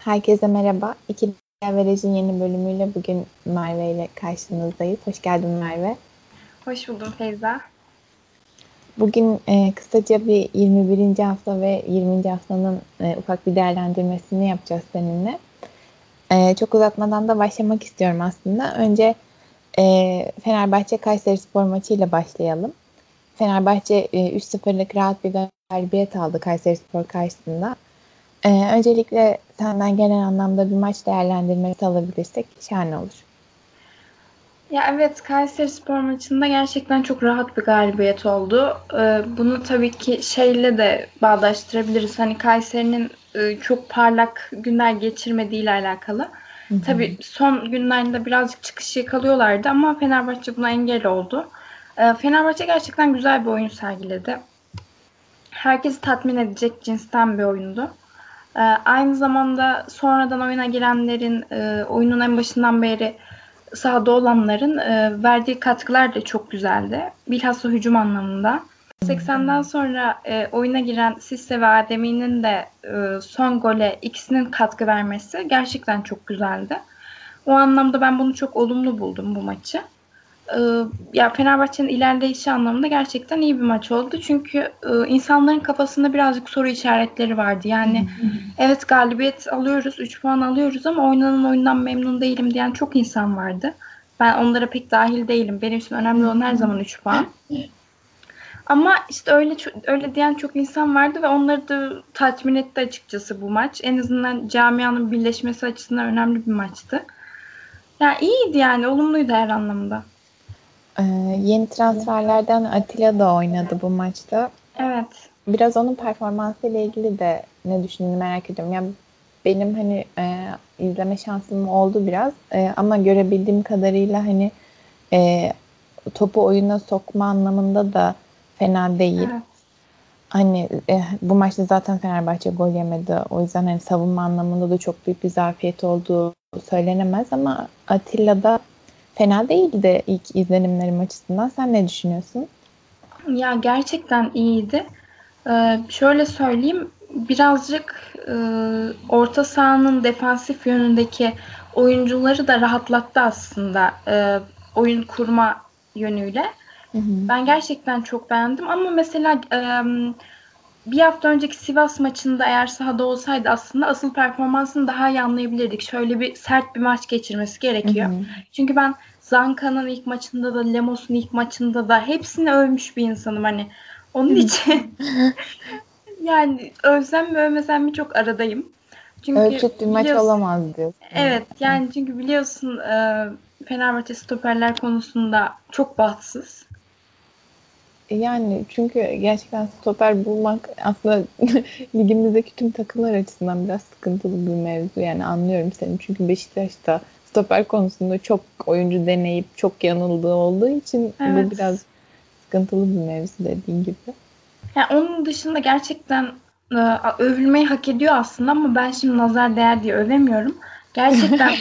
Herkese merhaba. İki Averaj'ın yeni bölümüyle bugün Merve ile karşınızdayız. Hoş geldin Merve. Hoş buldum Feyza. Bugün kısaca bir 21. hafta ve 20. haftanın ufak bir değerlendirmesini yapacağız seninle. Çok uzatmadan da başlamak istiyorum aslında. Önce Fenerbahçe Kayserispor maçıyla başlayalım. Fenerbahçe 3-0'lık rahat bir galibiyet aldı Kayserispor karşısında. Öncelikle senden genel anlamda bir maç değerlendirmesi alabilirsek şahane olur. Ya evet, Kayserispor maçında gerçekten çok rahat bir galibiyet oldu. Bunu tabii ki şeyle de bağdaştırabiliriz. Hani Kayseri'nin çok parlak günler geçirmediği ile alakalı. Hı hı. Tabii son günlerinde birazcık çıkış yakalıyorlardı ama Fenerbahçe buna engel oldu. Fenerbahçe gerçekten güzel bir oyun sergiledi. Herkesi tatmin edecek cinsten bir oyundu. Aynı zamanda sonradan oyuna girenlerin, oyunun en başından beri sahada olanların verdiği katkılar da çok güzeldi. Bilhassa hücum anlamında. 80'den sonra oyuna giren Sisse ve Ademi'nin de son gole ikisinin katkı vermesi gerçekten çok güzeldi. O anlamda ben bunu çok olumlu buldum bu maçı. Ya Fenerbahçe'nin ilerleyişi anlamında gerçekten iyi bir maç oldu. Çünkü insanların kafasında birazcık soru işaretleri vardı. Yani evet, galibiyet alıyoruz, 3 puan alıyoruz ama oynanan oyundan memnun değilim diyen çok insan vardı. Ben onlara pek dahil değilim. Benim için önemli olan her zaman 3 puan. Ama işte öyle diyen çok insan vardı ve onları da tatmin etti açıkçası bu maç. En azından camianın birleşmesi açısından önemli bir maçtı. Yani iyiydi, yani olumluydu her anlamda. Yeni transferlerden Atilla da oynadı bu maçta. Evet. Biraz onun performansı ile ilgili de ne düşündüğünü merak ediyorum. Yani benim hani izleme şansım oldu biraz ama görebildiğim kadarıyla hani topu oyuna sokma anlamında da fena değil. Evet. Hani bu maçta zaten Fenerbahçe gol yemedi. O yüzden hani savunma anlamında da çok büyük bir zafiyet olduğu söylenemez ama Atilla da fena değildi ilk izlenimlerim açısından. Sen ne düşünüyorsun? Ya gerçekten iyiydi. Şöyle söyleyeyim, birazcık orta sahanın defansif yönündeki oyuncuları da rahatlattı aslında oyun kurma yönüyle. Hı hı. Ben gerçekten çok beğendim ama mesela bir hafta önceki Sivas maçında eğer sahada olsaydı aslında asıl performansını daha iyi anlayabilirdik. Şöyle bir sert bir maç geçirmesi Hı gerekiyor. hı. Çünkü ben Zanka'nın ilk maçında da Lemos'un ilk maçında da hepsini övmüş bir insanım hani. Onun için yani övsem mi övmesem mi çok aradayım. Çünkü Ölçüt bir maç biliyorsun, olamaz diyorsun. evet yani çünkü biliyorsun Fenerbahçe stoperler konusunda çok bahtsız. Yani çünkü gerçekten stoper bulmak aslında ligimizdeki tüm takımlar açısından biraz sıkıntılı bir mevzu. Yani anlıyorum seni. Çünkü Beşiktaş'ta stoper konusunda çok oyuncu deneyip çok yanıldığı olduğu için bu biraz Evet. sıkıntılı bir mevzu dediğin gibi. Yani onun dışında gerçekten övülmeyi hak ediyor aslında ama ben şimdi nazar değer diye övemiyorum. Gerçekten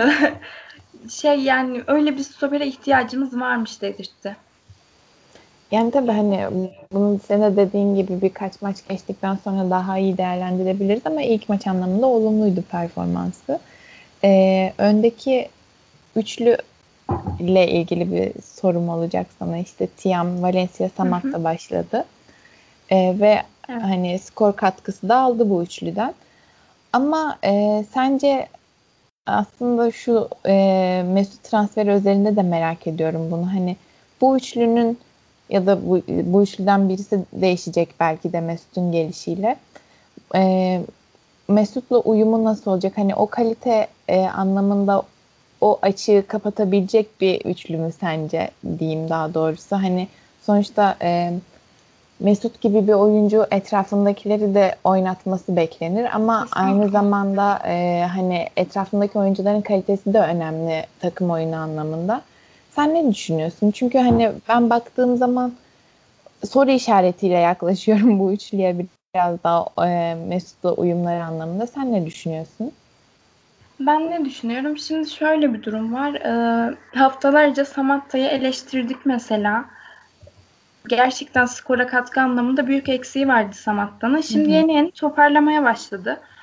yani öyle bir stopere ihtiyacımız varmış dedirtti. Yani tabii hani bunun senin dediğin gibi birkaç maç geçtikten sonra daha iyi değerlendirebiliriz ama ilk maç anlamında olumluydu performansı. Öndeki üçlü ile ilgili bir sorum olacak sana. İşte Tiam, Valencia, Hı hı. Samatta başladı. Ve Evet. hani skor katkısı da aldı bu üçlüden. Ama sence aslında şu Mesut transferi özelinde de merak ediyorum bunu. Hani bu üçlünün ya da bu üçlüden birisi değişecek belki de Mesut'un gelişiyle. E, Mesut'la uyumu nasıl olacak? Hani o kalite anlamında o açığı kapatabilecek bir üçlü mü sence diyeyim daha doğrusu. Hani sonuçta Mesut gibi bir oyuncu etrafındakileri de oynatması beklenir ama aynı Kesinlikle. zamanda hani etrafındaki oyuncuların kalitesi de önemli takım oyunu anlamında. Sen ne düşünüyorsun? Çünkü hani ben baktığım zaman soru işaretiyle yaklaşıyorum bu üçlüye biraz daha Mesut'la uyumları anlamında. Sen ne düşünüyorsun? Ben ne düşünüyorum? Şimdi şöyle bir durum var. Haftalarca Samatta'yı eleştirdik mesela. Gerçekten skora katkı anlamında büyük eksiği vardı Samatta'nın. Hı Şimdi hı. yeni yeni toparlamaya başladı.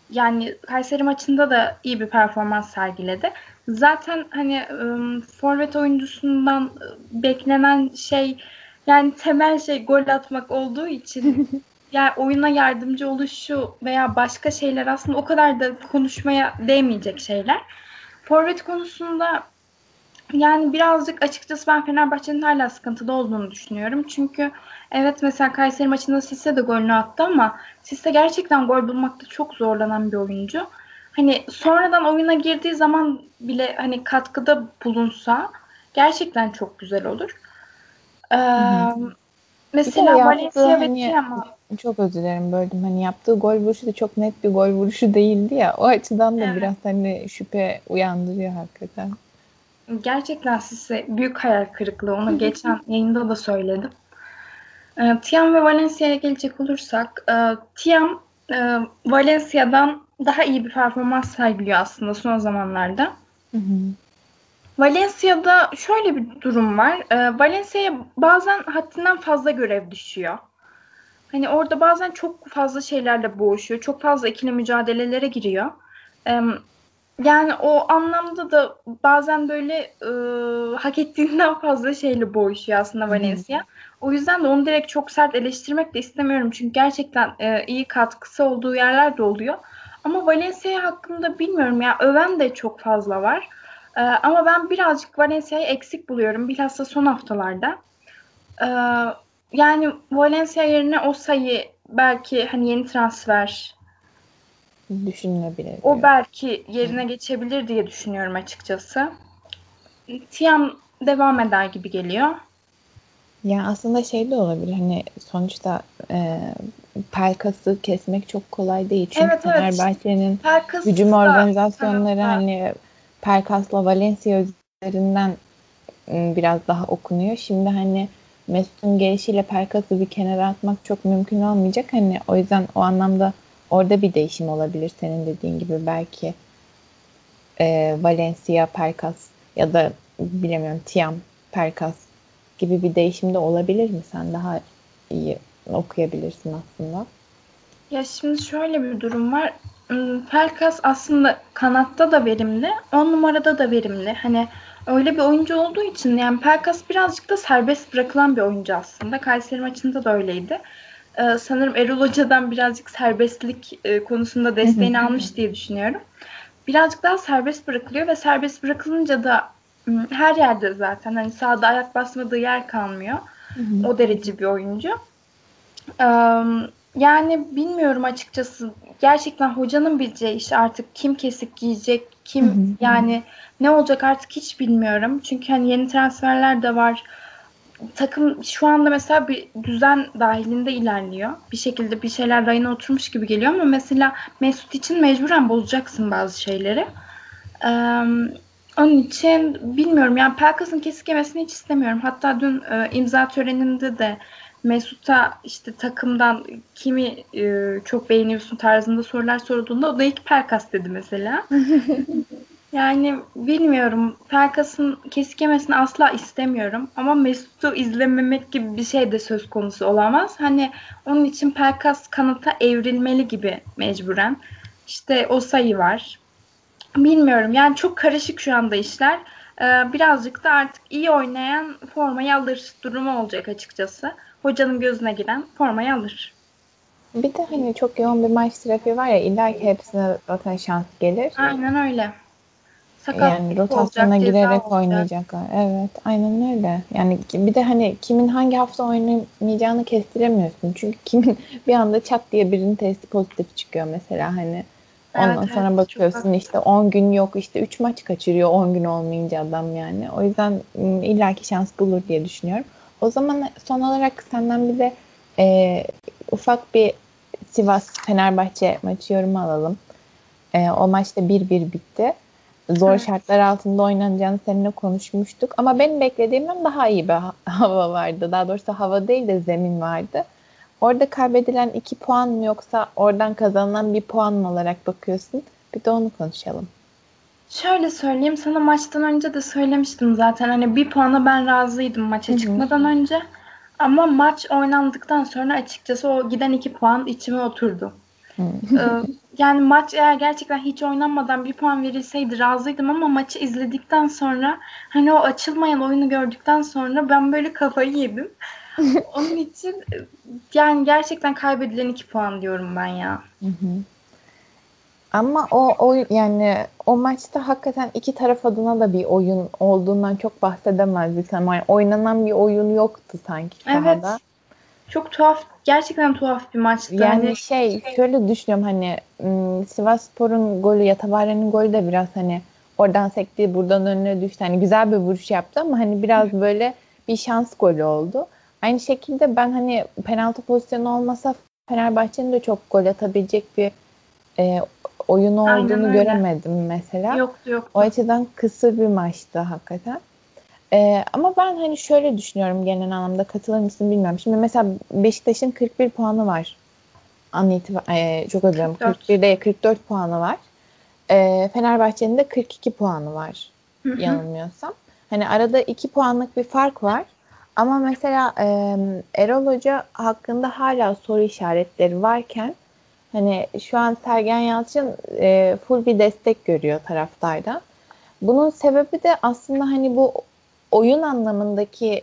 yani Kayseri maçında da iyi bir performans sergiledi. Zaten hani forvet oyuncusundan beklenen şey, yani temel şey gol atmak olduğu için yani oyuna yardımcı oluşu veya başka şeyler aslında o kadar da konuşmaya değmeyecek şeyler. Forvet konusunda yani birazcık açıkçası ben Fenerbahçe'nin hala sıkıntıda olduğunu düşünüyorum. Çünkü evet, mesela Kayseri maçında Cisse de golünü attı ama Cisse gerçekten gol bulmakta çok zorlanan bir oyuncu. Hani sonradan oyuna girdiği zaman bile hani katkıda bulunsa gerçekten çok güzel olur. Hı hı. Ee, Bir de Mesela yaptığı Valencia ve hani Tiam. çok özür dilerim böldüm. Hani yaptığı gol vuruşu da çok net bir gol vuruşu değildi ya. O açıdan da Evet. biraz hani şüphe uyandırıyor hakikaten. Gerçekten size büyük hayal kırıklığı. Onu geçen yayında da söyledim. Tiam ve Valencia'ya gelecek olursak, Tiam Valencia'dan daha iyi bir performans sergiliyor aslında son zamanlarda. Hı hı. Valencia'da şöyle bir durum var. Valencia'ya bazen haddinden fazla görev düşüyor. Hani orada bazen çok fazla şeylerle boğuşuyor. Çok fazla ikili mücadelelere giriyor. Yani o anlamda da bazen böyle hak ettiğinden fazla şeyle boğuşuyor aslında Hı hı. Valencia. O yüzden de onu direkt çok sert eleştirmek de istemiyorum. Çünkü gerçekten iyi katkısı olduğu yerler de oluyor. Ama Valencia hakkında bilmiyorum ya, öven de çok fazla var. Ama ben birazcık Valencia'yı eksik buluyorum. Bilhassa son haftalarda. E, Yani Valencia yerine o sayı belki hani yeni transfer, Düşünülebilir o diyor. belki yerine geçebilir diye düşünüyorum açıkçası. Tiam devam eder gibi geliyor. Ya aslında şey de olabilir hani sonuçta Pelkas'ı kesmek çok kolay değil. Çünkü Evet, evet, işte Fenerbahçe'nin hücum Pelkas'ı da organizasyonları kanatta. hani Pelkas'la Valencia üzerinden biraz daha okunuyor. Şimdi hani Mesut'un gelişiyle Pelkas'ı bir kenara atmak çok mümkün olmayacak. Hani o yüzden o anlamda orada bir değişim olabilir senin dediğin gibi belki Valencia, Pelkas ya da bilemiyorum Tiam, Pelkas gibi bir değişim de olabilir mi? Sen daha iyi okuyabilirsin aslında. Ya şimdi şöyle bir durum var. Pelkas aslında kanatta da verimli, 10 numarada da verimli. Hani öyle bir oyuncu olduğu için yani Pelkas birazcık da serbest bırakılan bir oyuncu aslında. Kayseri maçında da öyleydi. Sanırım Erol Hoca'dan birazcık serbestlik konusunda desteğini almış diye düşünüyorum. Birazcık daha serbest bırakılıyor ve serbest bırakılınca da her yerde zaten hani sahada ayak basmadığı yer kalmıyor. O derece bir oyuncu. Yani bilmiyorum açıkçası. Gerçekten hocanın bileceği iş artık, kim kesik giyecek, kim yani ne olacak artık hiç bilmiyorum. Çünkü hani yeni transferler de var. Takım şu anda mesela bir düzen dahilinde ilerliyor. Bir şekilde bir şeyler rayına oturmuş gibi geliyor ama mesela Mesut için mecburen bozacaksın bazı şeyleri. Ee, Onun için bilmiyorum. Yani Pelkas'ın kesik yemesini hiç istemiyorum. Hatta dün imza töreninde de Mesut'a işte takımdan kimi çok beğeniyorsun tarzında sorular sorulduğunda o da ilk Pelkas dedi mesela. Yani bilmiyorum. Pelkas'ın kesik yemesini asla istemiyorum. Ama Mesut'u izlememek gibi bir şey de söz konusu olamaz. Hani onun için Pelkas kanata evrilmeli gibi mecburen. İşte o sayı var. Bilmiyorum. Yani çok karışık şu anda işler. Birazcık da artık iyi oynayan formayı alır durumu olacak açıkçası. Hocanın gözüne giren formayı alır. Bir de hani çok yoğun bir maç trafiği var ya illa ki hepsine zaten şans gelir. Aynen öyle. Yani Sakatlık rotasyona olacak, ceza girerek olacak. oynayacaklar. Evet, aynen öyle. Yani bir de hani kimin hangi hafta oynamayacağını kestiremiyorsun. Çünkü kimin bir anda çat diye birinin testi pozitif çıkıyor mesela hani. Evet, Ondan evet, sonra çok bakıyorsun haklısın. işte 10 gün yok işte 3 maç kaçırıyor 10 gün olmayınca adam yani. O yüzden illaki şans bulur diye düşünüyorum. O zaman son olarak senden bir de e, ufak bir Sivas Fenerbahçe maçı yorumu alalım. O maçta 1-1 bitti. Zor Evet. şartlar altında oynanacağını seninle konuşmuştuk. Ama benim beklediğimden daha iyi bir hava vardı. Daha doğrusu hava değil de zemin vardı. Orada kaybedilen 2 puan mı yoksa oradan kazanılan bir puan mı olarak bakıyorsun? Bir de onu konuşalım. Şöyle söyleyeyim, sana maçtan önce de söylemiştim zaten. Hani bir puana ben razıydım Hı maça hı. çıkmadan önce. Ama maç oynandıktan sonra açıkçası o giden 2 puan içime oturdu. Hı. Yani maç eğer gerçekten hiç oynanmadan bir puan verilseydi razıydım ama maçı izledikten sonra hani o açılmayan oyunu gördükten sonra ben böyle kafayı yedim. Onun için yani gerçekten kaybedilen 2 puan diyorum ben ya. Hı hı. Ama o yani o maçta hakikaten iki taraf adına da bir oyun olduğundan çok bahsedemezdik ama yani oynanan bir oyun yoktu sanki sahada. Evet. Çok tuhaf, gerçekten tuhaf bir maçtı. Hani Yani şöyle düşünüyorum hani Sivasspor'un golü Yatabare'nin golü de biraz hani oradan sekti buradan önüne düştü. Hani güzel bir vuruş yaptı ama hani biraz böyle bir şans golü oldu. Aynı şekilde ben hani penaltı pozisyonu olmasa Fenerbahçe'nin de çok gol atabilecek bir e, oyunu aynen olduğunu öyle. göremedim mesela. Yoktu O yoktu. açıdan kısır bir maçtı hakikaten. Ama ben hani şöyle düşünüyorum genel anlamda katılır mısın bilmiyorum. Şimdi mesela Beşiktaş'ın 41 puanı var. Çok özür dilerim. 44. 41 değil 44 puanı var. Fenerbahçe'nin de 42 puanı var Hı hı. yanılmıyorsam. Hani arada 2 puanlık bir fark var. Ama mesela Erol Hoca hakkında hala soru işaretleri varken hani şu an Sergen Yalçın full bir destek görüyor taraftardan. Bunun sebebi de aslında hani bu oyun anlamındaki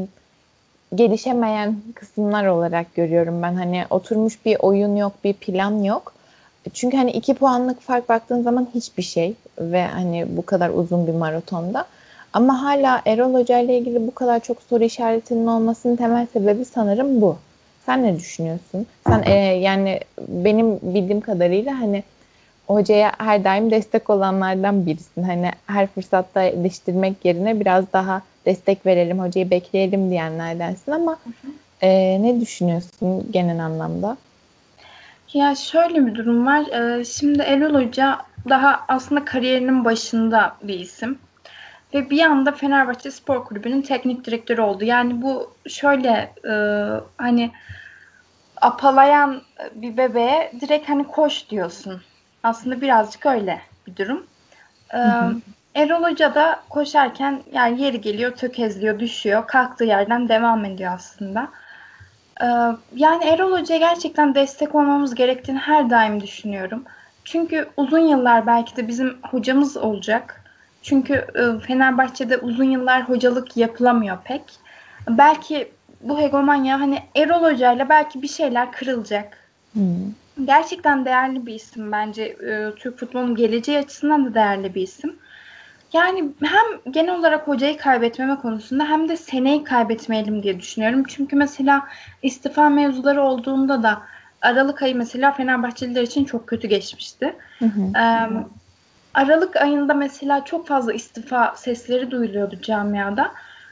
gelişemeyen kısımlar olarak görüyorum ben. Hani oturmuş bir oyun yok, bir plan yok. Çünkü hani 2 puanlık fark baktığın zaman hiçbir şey ve hani bu kadar uzun bir maratonda. Ama hala Erol Hoca ile ilgili bu kadar çok soru işaretinin olmasının temel sebebi sanırım bu. Sen ne düşünüyorsun? Sen yani benim bildiğim kadarıyla hani hocaya her daim destek olanlardan birisin. Hani her fırsatta eleştirmek yerine biraz daha destek verelim, hocayı bekleyelim diyenlerdensin ama ne düşünüyorsun genel anlamda? Ya şöyle bir durum var. Şimdi Erol Hoca daha aslında kariyerinin başında bir isim. Ve bir anda Fenerbahçe Spor Kulübü'nün teknik direktörü oldu. Yani bu şöyle hani apalayan bir bebeğe direkt hani koş diyorsun. Aslında birazcık öyle bir durum. Ee, Hı hı. Erol Hoca da koşarken yani yeri geliyor tökezliyor, düşüyor. Kalktığı yerden devam ediyor aslında. Ee, Yani Erol Hoca'ya gerçekten destek olmamız gerektiğini her daim düşünüyorum. Çünkü uzun yıllar belki de bizim hocamız olacak. Çünkü Fenerbahçe'de uzun yıllar hocalık yapılamıyor pek. Belki bu hegemonya hani Erol Hoca'yla belki bir şeyler kırılacak. Hı. Gerçekten değerli bir isim bence. Türk futbolunun geleceği açısından da değerli bir isim. Yani hem genel olarak hocayı kaybetmeme konusunda hem de seneyi kaybetmeyelim diye düşünüyorum. Çünkü mesela istifa mevzuları olduğunda da Aralık ayı mesela Fenerbahçeliler için çok kötü geçmişti. Hı hı. Ee, Aralık ayında mesela çok fazla istifa sesleri duyuluyordu camiada.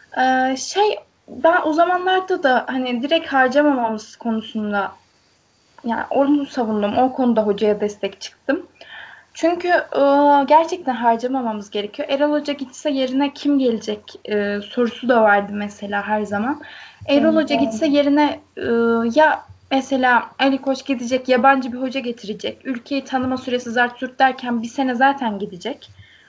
Ben o zamanlarda da hani direkt harcamamamız konusunda yani onu savundum. O konuda hocaya destek çıktım. Çünkü gerçekten harcamamamız gerekiyor. Erol Hoca gitse yerine kim gelecek sorusu da vardı mesela her zaman. Erol Evet. Hoca gitse yerine ya mesela Ali Koç gidecek, yabancı bir hoca getirecek. Ülkeyi tanıma süresi zart zurt derken bir sene zaten gidecek.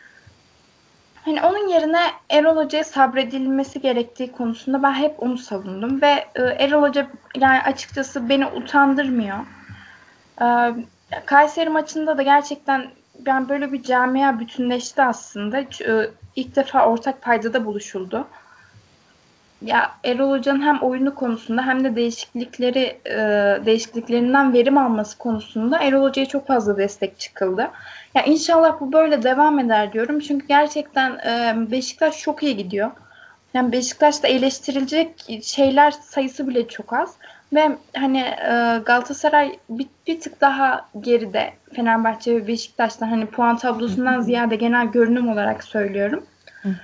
Hani onun yerine Erol Hoca'ya sabredilmesi gerektiği konusunda ben hep onu savundum ve Erol Hoca yani açıkçası beni utandırmıyor. Ee, Kayseri maçında da gerçekten ben böyle bir camia bütünleşti aslında. İlk defa ortak paydada buluşuldu. Ya Erol Hoca'nın hem oyunu konusunda hem de değişikliklerinden verim alması konusunda Erol Hoca'ya çok fazla destek çıkıldı. Ya inşallah bu böyle devam eder diyorum. Çünkü gerçekten Beşiktaş çok iyi gidiyor. Yani Beşiktaş'ta eleştirilecek şeyler sayısı bile çok az. Ve hani Galatasaray bir tık daha geride Fenerbahçe ve Beşiktaş'tan hani puan tablosundan ziyade genel görünüm olarak söylüyorum. Hı.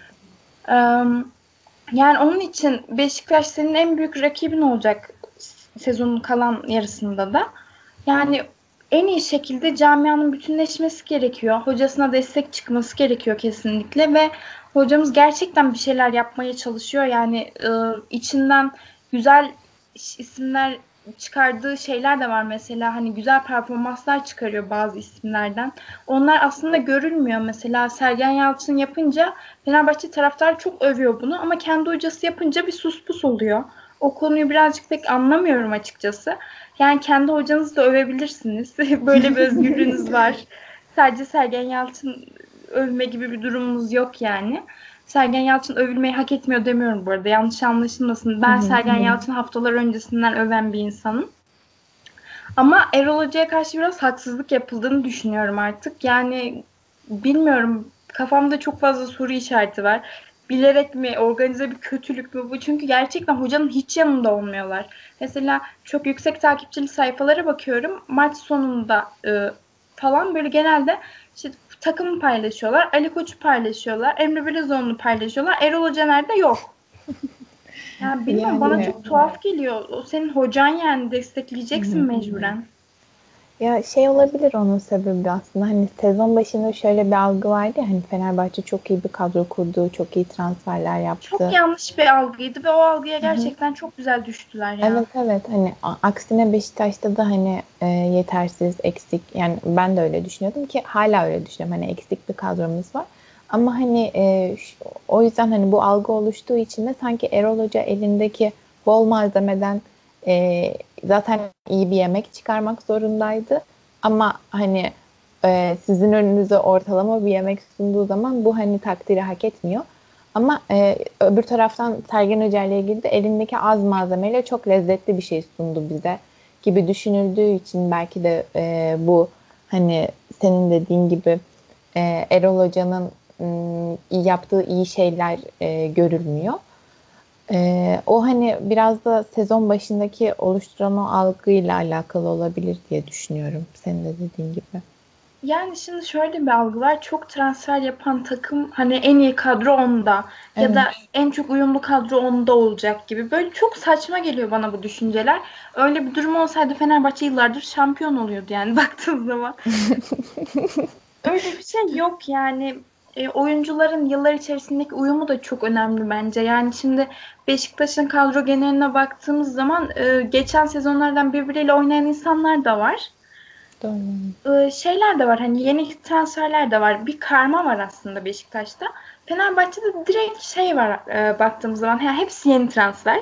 Yani onun için Beşiktaş senin en büyük rakibin olacak sezonun kalan yarısında da. Yani en iyi şekilde camianın bütünleşmesi gerekiyor. Hocasına destek çıkması gerekiyor kesinlikle ve hocamız gerçekten bir şeyler yapmaya çalışıyor. Yani içinden güzel isimler çıkardığı şeyler de var mesela hani güzel performanslar çıkarıyor bazı isimlerden. Onlar aslında görülmüyor. Mesela Sergen Yalçın yapınca Fenerbahçe taraftarı çok övüyor bunu ama kendi hocası yapınca bir sus pus oluyor. O konuyu birazcık pek anlamıyorum açıkçası. Yani kendi hocanızı da övebilirsiniz. Böyle bir özgürlüğünüz var. Sadece Sergen Yalçın övme gibi bir durumunuz yok yani. Sergen Yalçın övülmeyi hak etmiyor demiyorum bu arada. Yanlış anlaşılmasın. Ben Sergen Yalçın haftalar öncesinden öven bir insanım. Ama Erol Hoca'ya karşı biraz haksızlık yapıldığını düşünüyorum artık. Yani bilmiyorum, kafamda çok fazla soru işareti var. Bilerek mi, organize bir kötülük mü bu? Çünkü gerçekten hocanın hiç yanında olmuyorlar. Mesela çok yüksek takipçili sayfalara bakıyorum. Maç sonunda falan böyle genelde işte takımı paylaşıyorlar. Ali Koç'u paylaşıyorlar. Emre Belezoğlu'nu paylaşıyorlar. Erol Hoca nerede? Yok. Yani bilmiyorum, bana çok tuhaf geliyor. O senin hocan, yani destekleyeceksin mecburen. Ya şey olabilir onun sebebi aslında, hani sezon başında şöyle bir algı vardı ya, hani Fenerbahçe çok iyi bir kadro kurdu, çok iyi transferler Çok yaptı. yanlış bir algıydı ve o algıya gerçekten çok güzel düştüler ya. Evet, evet, hani aksine Beşiktaş'ta da hani yetersiz, eksik, yani ben de öyle düşünüyordum ki hala öyle düşünüyorum, hani eksik bir kadromuz var. Ama hani o yüzden hani bu algı oluştuğu için de sanki Erol Hoca elindeki bol malzemeden zaten iyi bir yemek çıkarmak zorundaydı. Ama hani sizin önünüze ortalama bir yemek sunduğu zaman bu hani takdiri hak etmiyor. Ama öbür taraftan Sergen Hoca ile ilgili de elindeki az malzemeyle çok lezzetli bir şey sundu bize gibi düşünüldüğü için belki de bu hani senin dediğin gibi Erol Hoca'nın yaptığı iyi şeyler görülmüyor. O hani biraz da sezon başındaki oluşturan o algıyla alakalı olabilir diye düşünüyorum. Senin de dediğin gibi. Yani şimdi şöyle bir algı var. Çok transfer yapan takım hani en iyi kadro onda ya Evet. da en çok uyumlu kadro onda olacak gibi. Böyle çok saçma geliyor bana bu düşünceler. Öyle bir durum olsaydı Fenerbahçe yıllardır şampiyon oluyordu yani baktığın zaman. Öyle bir şey yok yani. Oyuncuların yıllar içerisindeki uyumu da çok önemli bence. Yani şimdi Beşiktaş'ın kadro geneline baktığımız zaman geçen sezonlardan birbiriyle oynayan insanlar da var. Doğru. Şeyler de var, hani yeni transferler de var. Bir karma var aslında Beşiktaş'ta. Fenerbahçe'de direkt şey var baktığımız zaman. Yani hepsi yeni transfer.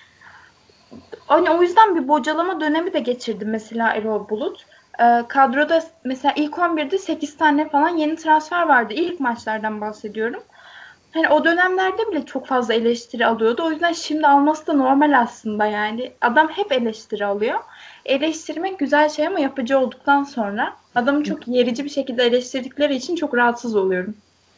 Hani o yüzden bir bocalama dönemi de geçirdi mesela Erol Bulut. Kadroda mesela ilk 11'de 8 tane falan yeni transfer vardı. İlk maçlardan bahsediyorum. Hani o dönemlerde bile çok fazla eleştiri alıyordu. O yüzden şimdi alması da normal aslında yani. Adam hep eleştiri alıyor. Eleştirmek güzel şey ama yapıcı olduktan sonra adamı çok yerici bir şekilde eleştirdikleri için çok rahatsız oluyorum.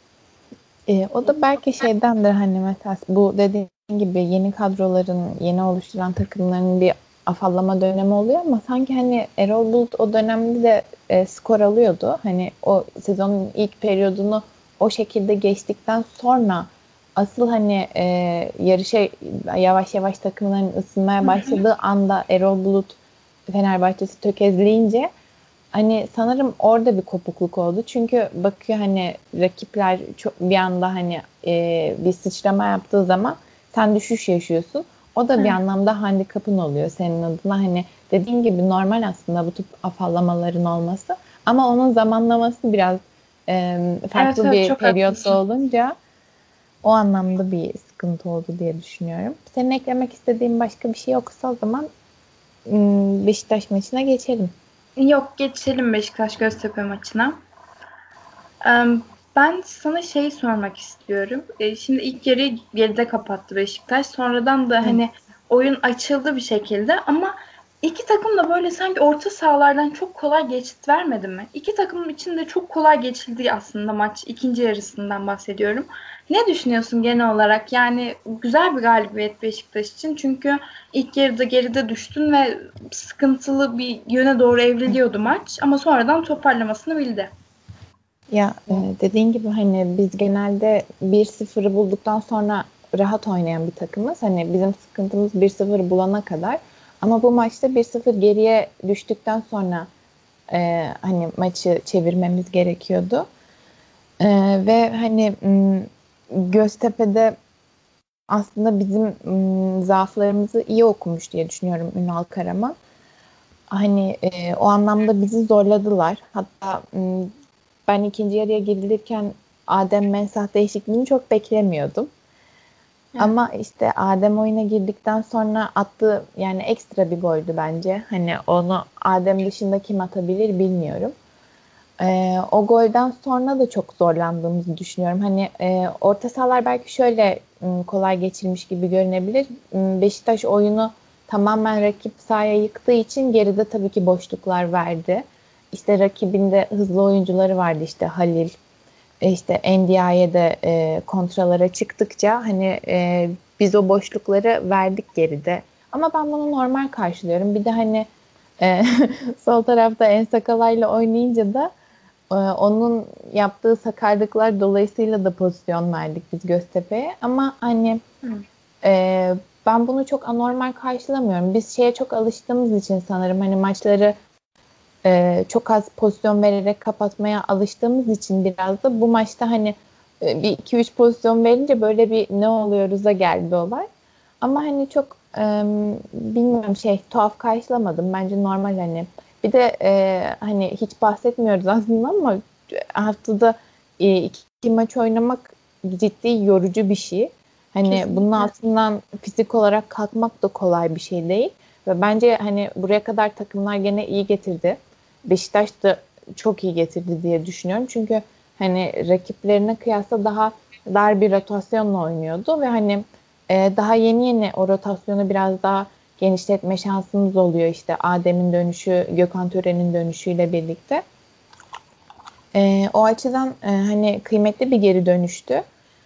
O da belki şeydendir, hani mesela bu dediğin gibi yeni kadroların, yeni oluşturan takımların bir afallama dönemi oluyor ama sanki hani Erol Bulut o dönemde de skor alıyordu. Hani o sezonun ilk periyodunu o şekilde geçtikten sonra asıl hani yarışa yavaş yavaş takımların ısınmaya başladığı anda Erol Bulut Fenerbahçe'si tökezleyince hani sanırım orada bir kopukluk oldu. Çünkü bakıyor hani rakipler çok bir anda hani bir sıçrama yaptığı zaman sen düşüş yaşıyorsun. O da bir Evet, anlamda handikapın oluyor senin adına. Hani dediğin gibi normal aslında bu tip afallamaların olması. Ama onun zamanlaması biraz evet, farklı evet, bir çok periyotta haklısın. olunca o anlamda bir sıkıntı oldu diye düşünüyorum. Senin eklemek istediğin başka bir şey yoksa o zaman Beşiktaş maçına geçelim. Yok, geçelim Beşiktaş Göztepe maçına. Ben sana şey sormak istiyorum. Şimdi ilk yarıyı geride kapattı Beşiktaş. Sonradan da Evet. hani oyun açıldı bir şekilde ama iki takım da böyle sanki orta sahalardan çok kolay geçit vermedi mi? İki takımın içinde çok kolay geçildi aslında maç. İkinci yarısından bahsediyorum. Ne düşünüyorsun genel olarak? Yani güzel bir galibiyet Beşiktaş için. Çünkü ilk yarıda geride düştün ve sıkıntılı bir yöne doğru evriliyordu maç. Ama sonradan toparlamasını bildi. Ya dediğin gibi hani biz genelde 1-0'ı bulduktan sonra rahat oynayan bir takımız. Hani bizim sıkıntımız 1-0 bulana kadar. Ama bu maçta 1-0 geriye düştükten sonra hani maçı çevirmemiz gerekiyordu. Ve hani Göztepe'de aslında bizim zaaflarımızı iyi okumuş diye düşünüyorum Ünal Karaman. Hani o anlamda bizi zorladılar. Hatta ben ikinci yarıya girilirken Adem Mensah değişikliğini çok beklemiyordum. Evet. Ama işte Adem oyuna girdikten sonra attığı yani ekstra bir goldü bence. Hani onu Adem dışında kim atabilir bilmiyorum. O golden sonra da çok zorlandığımızı düşünüyorum. Hani orta sahalar belki şöyle kolay geçilmiş gibi görünebilir. Beşiktaş oyunu tamamen rakip sahaya yıktığı için geride tabii ki boşluklar verdi. İşte rakibinde hızlı oyuncuları vardı, işte Halil, işte NDI'ye de kontralara çıktıkça hani biz o boşlukları verdik geride. Ama ben bunu normal karşılıyorum. Bir de hani e, sol tarafta Ensakalay'la oynayınca da onun yaptığı sakarlıklar dolayısıyla da pozisyon verdik biz Göztepe'ye. Ama hani Hı. e, ben bunu çok anormal karşılamıyorum. Biz şeye çok alıştığımız için sanırım hani maçları çok az pozisyon vererek kapatmaya alıştığımız için biraz da bu maçta hani bir iki üç pozisyon verince böyle bir ne oluyoruz'a geldi olay. Ama hani çok bilmiyorum tuhaf karşılamadım. Bence normal hani. Bir de hani hiç bahsetmiyoruz aslında ama haftada iki maç oynamak ciddi yorucu bir şey. Hani bunun Kesinlikle. altından fizik olarak kalkmak da kolay bir şey değil. Ve bence hani buraya kadar takımlar gene iyi getirdi. Beşiktaş da çok iyi getirdi diye düşünüyorum. Çünkü hani rakiplerine kıyasla daha dar bir rotasyonla oynuyordu ve hani daha yeni yeni o rotasyonu biraz daha genişletme şansımız oluyor. İşte Adem'in dönüşü, Gökhan Tören'in dönüşüyle birlikte. O açıdan hani kıymetli bir geri dönüştü.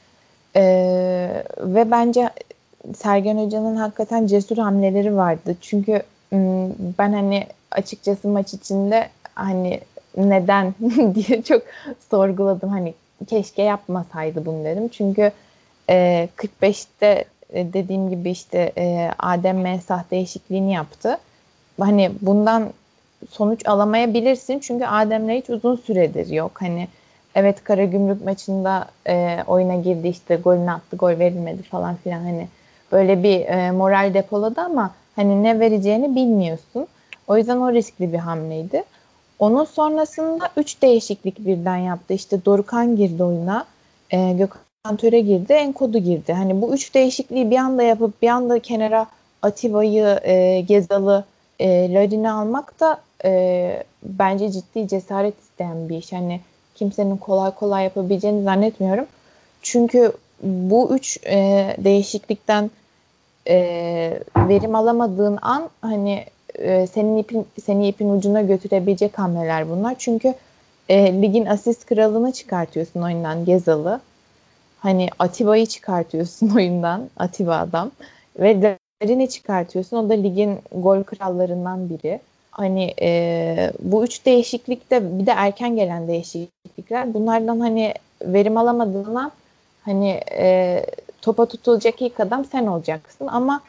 Ve bence Sergen Hoca'nın hakikaten cesur hamleleri vardı. Çünkü ben hani açıkçası maç içinde hani neden diye çok sorguladım. Hani keşke yapmasaydı bunu dedim. Çünkü 45'te dediğim gibi işte Adem Mensah değişikliğini yaptı. Hani bundan sonuç alamayabilirsin. Çünkü Adem'le hiç uzun süredir yok. Hani evet, Karagümrük maçında oyuna girdi, işte golünü attı, gol verilmedi falan filan, hani böyle bir moral depoladı ama hani ne vereceğini bilmiyorsun. O yüzden o riskli bir hamleydi. Onun sonrasında 3 değişiklik birden yaptı. İşte Dorukhan girdi oyuna, Gökhan Töre girdi, Enkodu girdi. Hani bu 3 değişikliği bir anda yapıp bir anda kenara Atiba'yı, Gezal'ı, Larin'i almak da bence ciddi cesaret isteyen bir iş. Hani kimsenin kolay kolay yapabileceğini zannetmiyorum. Çünkü bu üç değişiklikten verim alamadığın an hani seni ipin ucuna götürebilecek hamleler bunlar. Çünkü ligin asist kralını çıkartıyorsun oyundan, Gezal'ı. Hani Atiba'yı çıkartıyorsun oyundan, Atiba adam. Ve Larin'i çıkartıyorsun. O da ligin gol krallarından biri. Hani bu üç değişiklik de bir de erken gelen değişiklikler. Bunlardan hani verim alamadığından hani topa tutulacak ilk adam sen olacaksın. Ama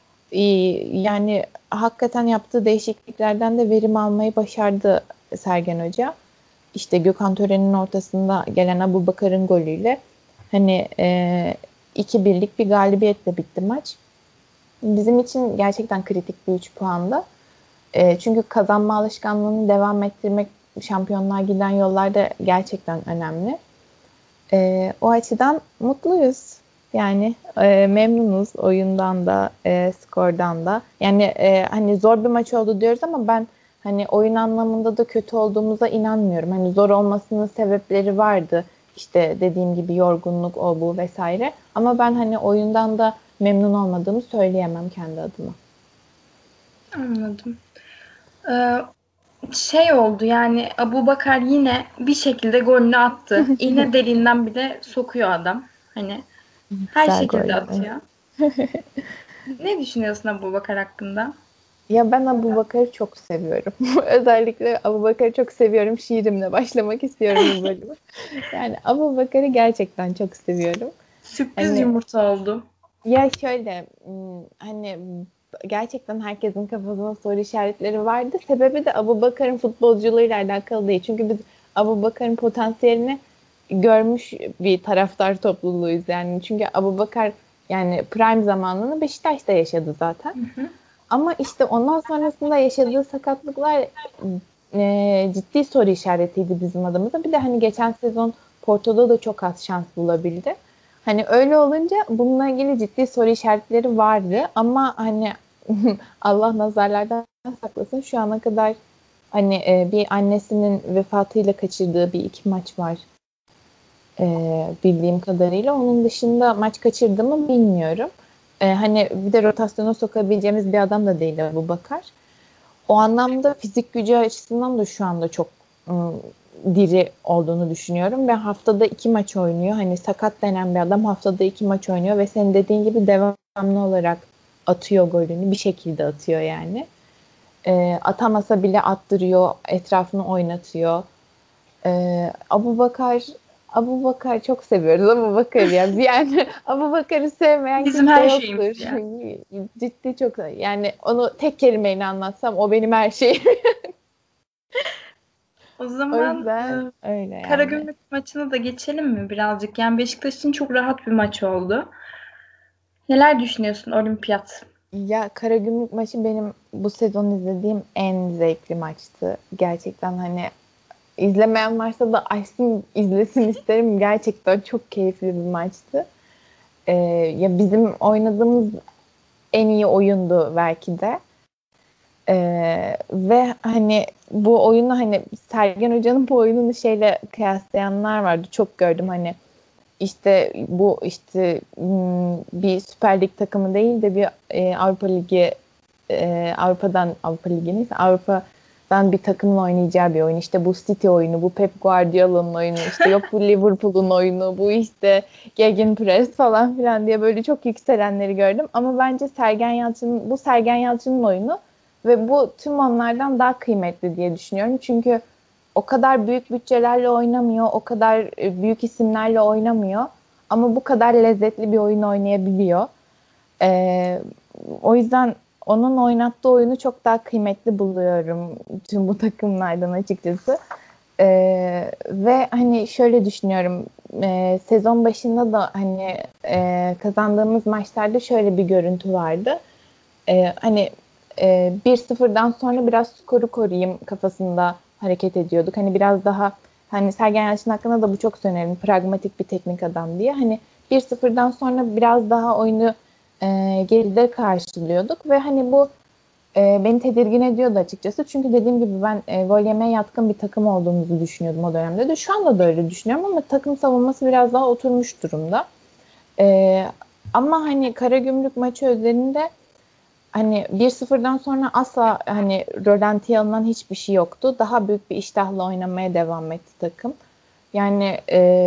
yani hakikaten yaptığı değişikliklerden de verim almayı başardı Sergen Hoca. İşte Gökhan Tören'in ortasında gelen Abubakar'ın golüyle hani 2-1'lik bir galibiyetle bitti maç. Bizim için gerçekten kritik bir 3 puanda. Çünkü kazanma alışkanlığını devam ettirmek şampiyonluğa giden yollarda gerçekten önemli. O açıdan mutluyuz. Yani memnunuz oyundan da, skordan da. Yani hani zor bir maç oldu diyoruz ama ben hani oyun anlamında da kötü olduğumuza inanmıyorum. Hani zor olmasının sebepleri vardı. İşte dediğim gibi yorgunluk, o bu vesaire. Ama ben hani oyundan da memnun olmadığımı söyleyemem kendi adıma. Anladım. Ee, Şey oldu yani Abubakar yine bir şekilde golünü attı. İğne deliğinden bile sokuyor adam. Hani her Güzel şekilde gol. atıyor. Ne düşünüyorsun Abubakar hakkında? Ya ben Abubakar'ı çok seviyorum. Özellikle Abubakar'ı çok seviyorum. Şiirimle başlamak istiyorum bu bölümü. Yani Abubakar'ı gerçekten çok seviyorum. Sürpriz Hani yumurta oldu. ya şöyle hani gerçekten herkesin kafasında soru işaretleri vardı. Sebebi de Abubakar'ın futbolculuğuyla alakalı değil. Çünkü biz Abubakar'ın potansiyelini görmüş bir taraftar topluluğuyuz yani. Çünkü Abubakar yani prime zamanını Beşiktaş'ta yaşadı zaten. Hı hı. Ama işte ondan sonrasında yaşadığı sakatlıklar ciddi soru işaretiydi bizim adımıza. Bir de hani geçen sezon Porto'da da çok az şans bulabildi. Hani öyle olunca bununla ilgili ciddi soru işaretleri vardı ama hani Allah nazarlardan saklasın, şu ana kadar hani bir annesinin vefatıyla kaçırdığı bir iki maç var bildiğim kadarıyla. Onun dışında maç kaçırdı mı bilmiyorum. Hani bir de rotasyona sokabileceğimiz bir adam da değil Abubakar. O anlamda fizik gücü açısından da şu anda çok diri olduğunu düşünüyorum ve haftada 2 maç oynuyor. Hani sakat denen bir adam haftada 2 maç oynuyor ve senin dediğin gibi devamlı olarak atıyor golünü. Bir şekilde atıyor yani. Atamasa bile attırıyor, etrafını oynatıyor. Abubakar çok seviyoruz Abubakar'ı ya. Yani Abubakar'ı sevmeyen Bizim kimse her yoktur. şeyimiz ya. Ciddi çok, yani onu tek kelimeyle anlatsam o benim her şeyim. O O zaman yüzden öyle yani. Karagümrük maçına da geçelim mi birazcık? Yani Beşiktaş için çok rahat bir maç oldu. Neler düşünüyorsun Olimpiyat? Ya Karagümrük maçı benim bu sezon izlediğim en zevkli maçtı. Gerçekten hani izlemeyen varsa da açsın izlesin isterim. Gerçekten çok keyifli bir maçtı. Ya bizim oynadığımız en iyi oyundu belki de. Ve hani bu oyunu, hani Sergen Hoca'nın bu oyununu şeyle kıyaslayanlar vardı. Çok gördüm hani işte bu işte bir Süper Lig takımı değil de bir Avrupa Ligi Avrupa Ligi neyse Avrupa'dan bir takımın oynayacağı bir oyun. İşte bu City oyunu, bu Pep Guardiola'nın oyunu, işte yok bu Liverpool'un oyunu, bu işte Gegenpress falan filan diye böyle çok yükselenleri gördüm. Ama bence Sergen Yalçın'ın oyunu ve bu tüm onlardan daha kıymetli diye düşünüyorum. Çünkü o kadar büyük bütçelerle oynamıyor, o kadar büyük isimlerle oynamıyor. Ama bu kadar lezzetli bir oyun oynayabiliyor. Ee, O yüzden onun oynattığı oyunu çok daha kıymetli buluyorum tüm bu takımlardan açıkçası. Ve hani şöyle düşünüyorum, sezon başında da hani kazandığımız maçlarda şöyle bir görüntü vardı. Hani 1-0'dan sonra biraz skoru koruyayım kafasında hareket ediyorduk. Hani biraz daha, hani Sergen Yalçın hakkında da bu çok söylerim. Pragmatik bir teknik adam diye. Hani 1-0'dan sonra biraz daha oyunu geride karşılıyorduk ve hani bu beni tedirgin ediyordu açıkçası. Çünkü dediğim gibi ben gol yemeye yatkın bir takım olduğumuzu düşünüyordum o dönemde de. Şu anda da öyle düşünüyorum ama takım savunması biraz daha oturmuş durumda. E, Ama hani Karagümrük maçı özelinde hani 1-0'dan sonra asla hani rölantiye alınan hiçbir şey yoktu. Daha büyük bir iştahla oynamaya devam etti takım. Yani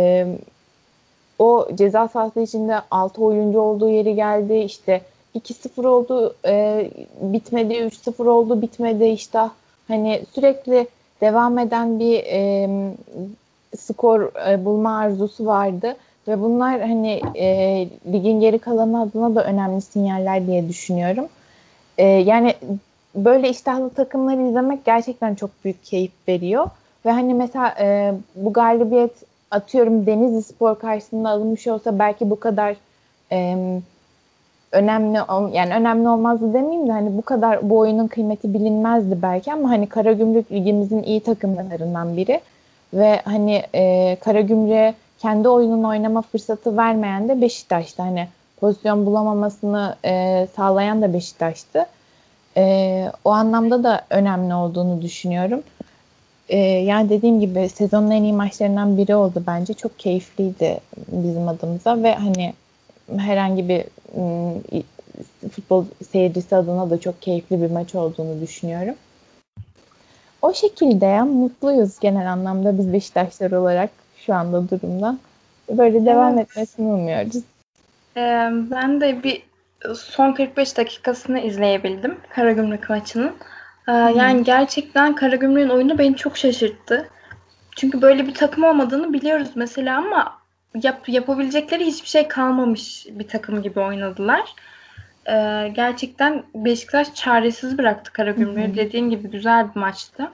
o ceza sahası içinde 6 oyuncu olduğu yeri geldi. İşte 2-0 oldu, bitmedi. 3-0 oldu, bitmedi. İşte hani sürekli devam eden bir skor bulma arzusu vardı. Ve bunlar hani ligin geri kalanı adına da önemli sinyaller diye düşünüyorum. Yani böyle iştahlı takımları izlemek gerçekten çok büyük keyif veriyor. Ve hani mesela bu galibiyet, atıyorum, Denizlispor karşısında alınmış olsa belki bu kadar e, önemli, yani önemli olmazdı demeyeyim de hani bu kadar bu oyunun kıymeti bilinmezdi belki, ama hani Karagümrük ligimizin iyi takımlarından biri ve hani Karagümrük'e kendi oyununu oynama fırsatı vermeyen de Beşiktaş'tı. Hani pozisyon bulamamasını sağlayan da Beşiktaş'tı. O anlamda da önemli olduğunu düşünüyorum. Yani dediğim gibi sezonun en iyi maçlarından biri oldu bence. Çok keyifliydi bizim adımıza ve hani herhangi bir futbol seyircisi adına da çok keyifli bir maç olduğunu düşünüyorum. O şekilde ya, mutluyuz genel anlamda biz Beşiktaşlar olarak şu anda durumdan. Böyle devam Evet. etmesini umuyoruz. Ben de bir son 45 dakikasını izleyebildim Karagümrük maçının. Hı hı. Yani gerçekten Karagümrük'ün oyunu beni çok şaşırttı. Çünkü böyle bir takım olmadığını biliyoruz mesela ama yapabilecekleri hiçbir şey kalmamış bir takım gibi oynadılar. Gerçekten Beşiktaş çaresiz bıraktı Hı hı. Karagümrük'ü. Dediğin gibi güzel bir maçtı.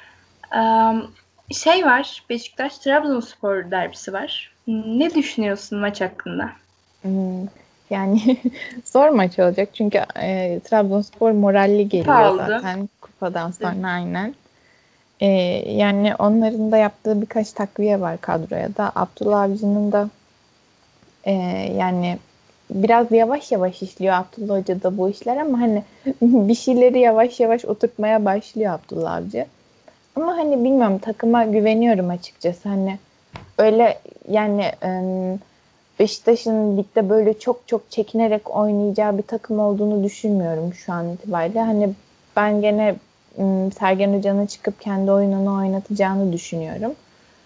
Şey var, Beşiktaş-Trabzonspor derbisi var. Ne düşünüyorsun maç hakkında? Hmm, Yani zor maç olacak çünkü Trabzonspor moralli Kupa geliyor aldı. zaten kupadan Evet. sonra, aynen. E, Yani onların da yaptığı birkaç takviye var kadroya da. Abdullah Avcı'nın da Yani biraz yavaş yavaş işliyor Abdullah Hoca da bu işler ama hani bir şeyleri yavaş yavaş oturtmaya başlıyor Abdullah Avcı. Ama hani bilmiyorum, takıma güveniyorum açıkçası. Hani öyle yani Beşiktaş'ın ligde böyle çok çok çekinerek oynayacağı bir takım olduğunu düşünmüyorum şu an itibariyle. Hani ben gene Sergen Hoca'nın çıkıp kendi oyununu oynatacağını düşünüyorum.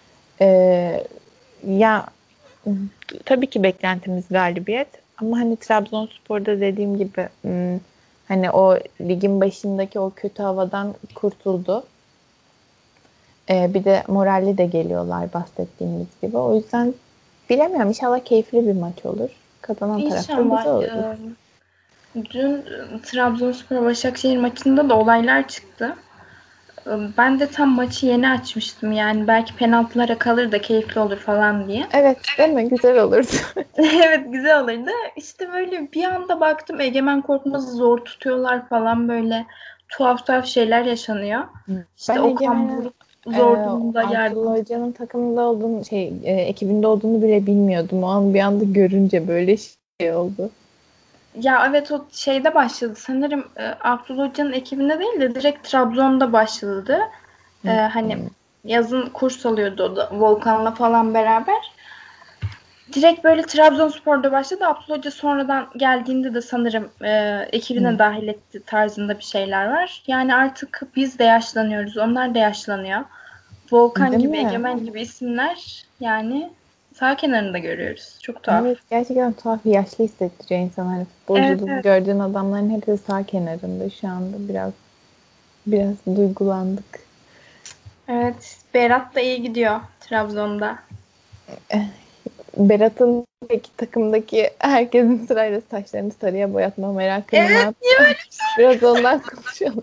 Ya tabii ki beklentimiz galibiyet ama hani Trabzonspor'da dediğim gibi hani o ligin başındaki o kötü havadan kurtuldu. Bir de moralli de geliyorlar bahsettiğimiz gibi. O yüzden bilemiyorum. İnşallah keyifli bir maç olur. Kazanan taraf da İnşallah. güzel olur. Dün Trabzonspor Başakşehir maçında da olaylar çıktı. Ben de tam maçı yeni açmıştım. Yani belki penaltılara kalır da keyifli olur falan diye. Evet, değil mi? Güzel olurdu. Evet, güzel olurdu. İşte böyle bir anda baktım Egemen Korkmaz'ı zor tutuyorlar falan, böyle tuhaf tuhaf şeyler yaşanıyor. İşte Ben Okan Egemen'in Buruk zor durumda Abdullah yardım. Hoca'nın takımında olduğunu ekibinde olduğunu bile bilmiyordum. O an bir anda görünce böyle şey oldu. Ya evet, o şeyde başladı. Sanırım Abdullah Hoca'nın ekibinde değil de direkt Trabzon'da başladı. Hani yazın kurs alıyordu o da Volkan'la falan beraber. Direkt böyle Trabzonspor'da başladı. Abdullah Hoca sonradan geldiğinde de sanırım ekibine dahil etti tarzında bir şeyler var. Yani artık biz de yaşlanıyoruz. Onlar da yaşlanıyor. Volkan Değil gibi, mi? Egemen gibi isimler yani sağ kenarında görüyoruz. Çok tuhaf. Evet, gerçekten tuhaf, yaşlı hissettiriyor insan. Hani Evet, futbolculuk evet. gördüğün adamların hepsi sağ kenarında şu anda. Biraz duygulandık. Evet. Berat da iyi gidiyor Trabzon'da. Berat'ın peki takımdaki herkesin sırayla saçlarını sarıya boyatma merakını ne Evet, yaptı? niye böyle bir şey? Biraz ondan konuşalım.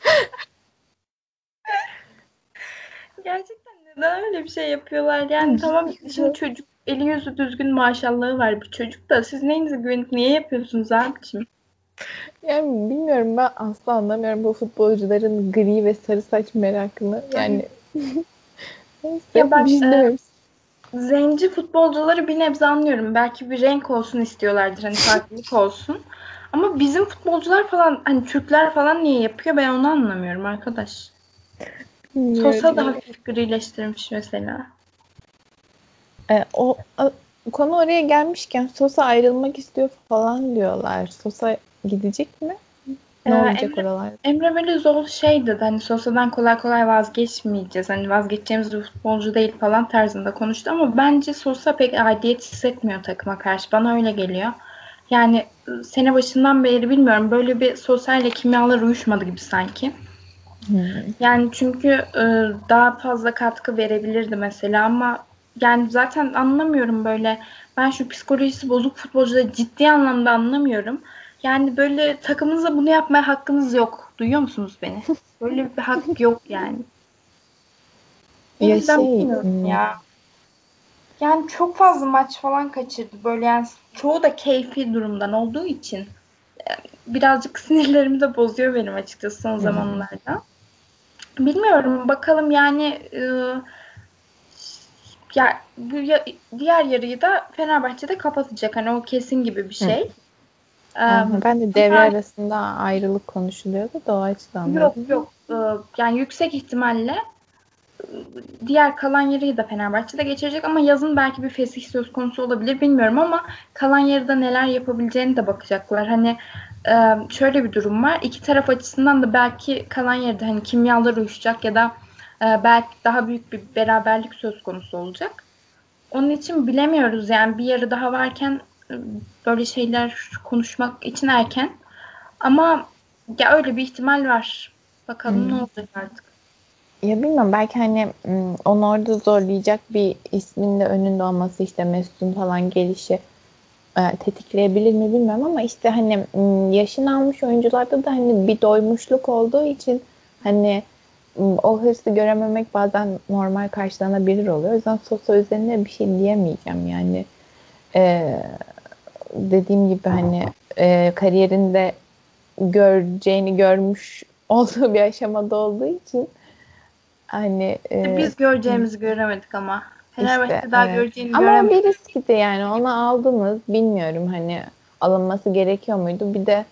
Gerçekten neden öyle bir şey yapıyorlar? Yani tamam, şimdi çocuk eli yüzü düzgün, maşallahı var bu çocuk da. Siz neyinize güvenip niye yapıyorsunuz abiciğim? Yani bilmiyorum, ben asla anlamıyorum bu futbolcuların gri ve sarı saç merakını. Ay. Yani neyse Ya bir ben şey dememiş. zenci futbolcuları bir nebze anlıyorum. Belki bir renk olsun istiyorlardır. Hani farklılık olsun. Ama bizim futbolcular falan, hani Türkler falan niye yapıyor, ben onu anlamıyorum arkadaş. Sosa da Bilmiyorum. hafif grileştirmiş mesela. O konu oraya gelmişken Sosa ayrılmak istiyor falan diyorlar. Sosa gidecek mi? Ee, Ne olacak Emre, oralarda? Emre Belözoğlu şey dedi, hani Sosa'dan kolay kolay vazgeçmeyeceğiz. Hani vazgeçeceğimiz bir futbolcu değil falan tarzında konuştu ama bence Sosa pek aidiyet hissetmiyor takıma karşı. Bana öyle geliyor. Yani sene başından beri bilmiyorum, böyle bir Sosa'yla kimyalar uyuşmadı gibi sanki. Hmm. Yani çünkü daha fazla katkı verebilirdi mesela ama yani zaten anlamıyorum böyle. Ben şu psikolojisi bozuk futbolcuları ciddi anlamda anlamıyorum. Yani böyle takımınıza bunu yapmaya hakkınız yok. Duyuyor musunuz beni? Böyle bir hak yok yani. O Ya yüzden bilmiyorum ya. Yani çok fazla maç falan kaçırdı. Böyle yani çoğu da keyfi durumdan olduğu için birazcık sinirlerimi de bozuyor benim açıkçası son zamanlarda. Bilmiyorum, bakalım yani ya bu diğer yarıyı da Fenerbahçe'de kapatacak. Hani o kesin gibi bir şey. Aha, ben de devre Ama arasında ayrılık konuşuluyordu da o açıdan yok dedim. yok. Yani yüksek ihtimalle diğer kalan yarıyı da Fenerbahçe'de geçirecek ama yazın belki bir fesih söz konusu olabilir, bilmiyorum ama kalan yarıda neler yapabileceğini de bakacaklar. Hani şöyle bir durum var. İki taraf açısından da belki kalan yarıda hani kimyalar uyuşacak ya da belki daha büyük bir beraberlik söz konusu olacak. Onun için bilemiyoruz yani, bir yarı daha varken böyle şeyler konuşmak için erken. Ama ya öyle bir ihtimal var. Bakalım ne Hmm. olacak artık. Ya bilmiyorum, belki hani onu orada zorlayacak bir ismin de önünde olması, işte Mesut'un falan gelişi tetikleyebilir mi bilmiyorum ama işte hani yaşını almış oyuncularda da hani bir doymuşluk olduğu için hani o hırsı görememek bazen normal karşılanabilir oluyor. O yüzden Sosa üzerine bir şey diyemeyeceğim yani. E, Dediğim gibi hani kariyerinde göreceğini görmüş olduğu bir aşamada olduğu için hani Biz göreceğimizi göremedik ama. İşte Fenerbahçe daha evet. göreceğini Ama o göremiyor. bir riskti yani. Onu aldınız. Bilmiyorum hani alınması gerekiyor muydu? Bir de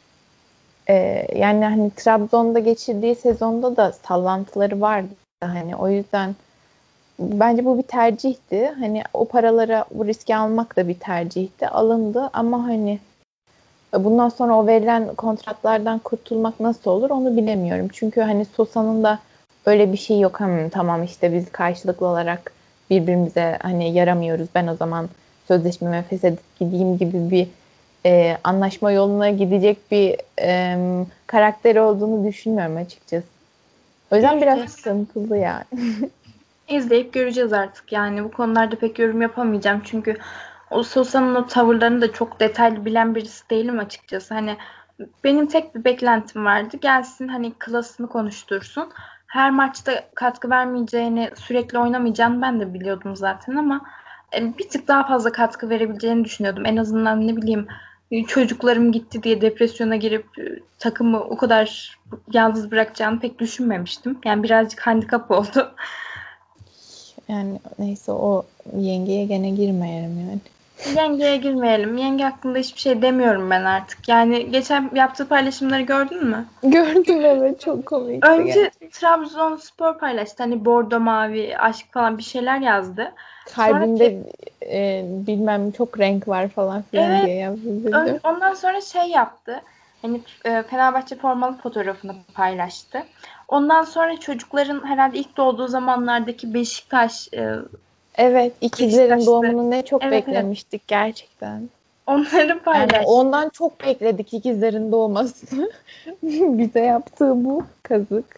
yani hani Trabzon'da geçirdiği sezonda da sallantıları vardı. Hani o yüzden bence bu bir tercihti. Hani o paralara bu riski almak da bir tercihti. Alındı ama hani bundan sonra o verilen kontratlardan kurtulmak nasıl olur onu bilemiyorum. Çünkü hani Sosa'nın da öyle bir şey yok. Tamam işte biz karşılıklı olarak birbirimize hani yaramıyoruz. Ben o zaman sözleşmeme feshedip gideyim gibi bir anlaşma yoluna gidecek bir karakteri olduğunu düşünmüyorum açıkçası. O yüzden biraz Göreceğiz. sıkıntılı yani. İzleyip göreceğiz artık. Yani bu konularda pek yorum yapamayacağım. Çünkü o Sosa'nın o tavırlarını da çok detaylı bilen birisi değilim açıkçası. Hani benim tek bir beklentim vardı. Gelsin hani klasını konuştursun. Her maçta katkı vermeyeceğini, sürekli oynamayacağını ben de biliyordum zaten ama bir tık daha fazla katkı verebileceğini düşünüyordum. En azından ne bileyim çocuklarım gitti diye depresyona girip takımı o kadar yalnız bırakacağını pek düşünmemiştim. Yani birazcık handikap oldu. Yani neyse o yengeye gene girmeyelim yani. Yengeye girmeyelim. Yenge hakkında hiçbir şey demiyorum ben artık. Yani geçen yaptığı paylaşımları gördün mü? Gördüm evet çok komikti Önce gerçekten. Trabzonspor paylaştı. Hani bordo mavi, aşk falan bir şeyler yazdı. Sonra Kalbimde bilmem çok renk var falan filan evet, diye yazdı. ondan sonra şey yaptı. Hani Fenerbahçe formalı fotoğrafını paylaştı. Ondan sonra çocukların herhalde ilk doğduğu zamanlardaki Evet, ikizlerin Beşiktaşlı, doğumunu ne çok evet evet, beklemiştik gerçekten. onları Yani paylaştı. ondan çok bekledik ikizlerin doğmasını. Bize yaptığı bu kazık.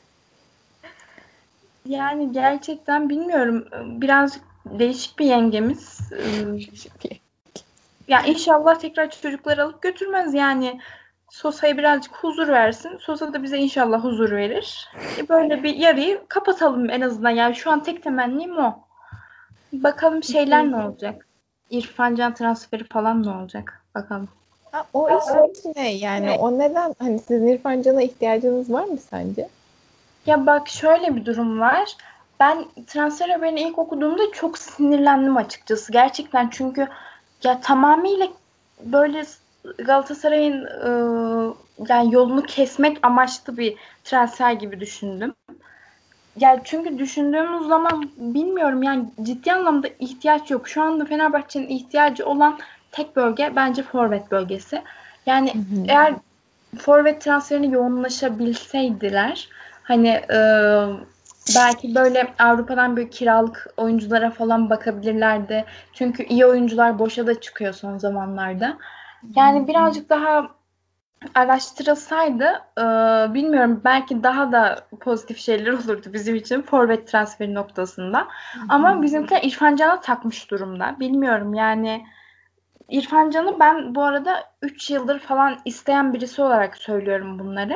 Yani gerçekten bilmiyorum. Birazcık değişik bir yengemiz. Ya inşallah tekrar çocukları alıp götürmez yani. Sosa'ya birazcık huzur versin. Sosa da bize inşallah huzur verir. Böyle bir yarıyı kapatalım en azından. Yani şu an tek temennim o. Bakalım şeyler ne olacak? İrfan Can transferi falan ne olacak? Bakalım. Ha, o iş ne yani? O neden? Hani sizin İrfan Can'a ihtiyacınız var mı sence? Ya bak şöyle bir durum var. Ben transfer haberini ilk okuduğumda çok sinirlendim açıkçası. Gerçekten çünkü ya tamamıyla böyle Galatasaray'ın yani yolunu kesmek amaçlı bir transfer gibi düşündüm. Yani çünkü düşündüğümüz zaman bilmiyorum yani ciddi anlamda ihtiyaç yok. Şu anda Fenerbahçe'nin ihtiyacı olan tek bölge bence forvet bölgesi. Yani Hı hı. eğer forvet transferini yoğunlaşabilseydiler hani belki böyle Avrupa'dan böyle kiralık oyunculara falan bakabilirlerdi. Çünkü iyi oyuncular boşa da çıkıyor son zamanlarda. Yani birazcık daha araştırılsaydı bilmiyorum belki daha da pozitif şeyler olurdu bizim için forvet transferi noktasında. Hı Ama hı. bizimkiler İrfan Can'a takmış durumda. Bilmiyorum yani İrfan Can'ı ben bu arada 3 yıldır falan isteyen birisi olarak söylüyorum bunları.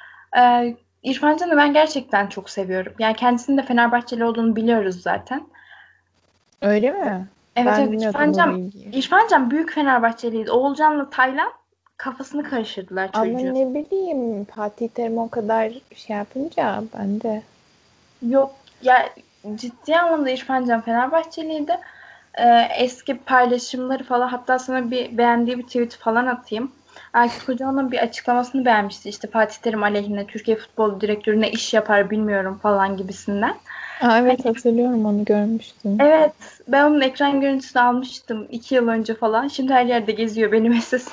İrfan Can'ı ben gerçekten çok seviyorum. Yani kendisinin de Fenerbahçeli olduğunu biliyoruz zaten. Öyle mi? Evet Ben evet bilmiyordum bu bilgiyi. İrfan Can büyük Fenerbahçeliydi. Oğulcan'la Taylan kafasını karıştırdılar Ama çocuğu. ne bileyim Fatih Terim o kadar şey yapınca ben de. Yok ya ciddi anlamda İrfan Can Fenerbahçeliydi. Eski paylaşımları falan hatta sana bir beğendiği bir tweet falan atayım. Aykut Kocaman'ın bir açıklamasını beğenmişti. İşte Fatih Terim aleyhine Türkiye Futbol Direktörüne iş yapar bilmiyorum falan gibisinden. Aa, Hani evet hatırlıyorum onu görmüştüm. evet ben onun ekran görüntüsünü almıştım 2 yıl önce falan. Şimdi her yerde geziyor benim sesim.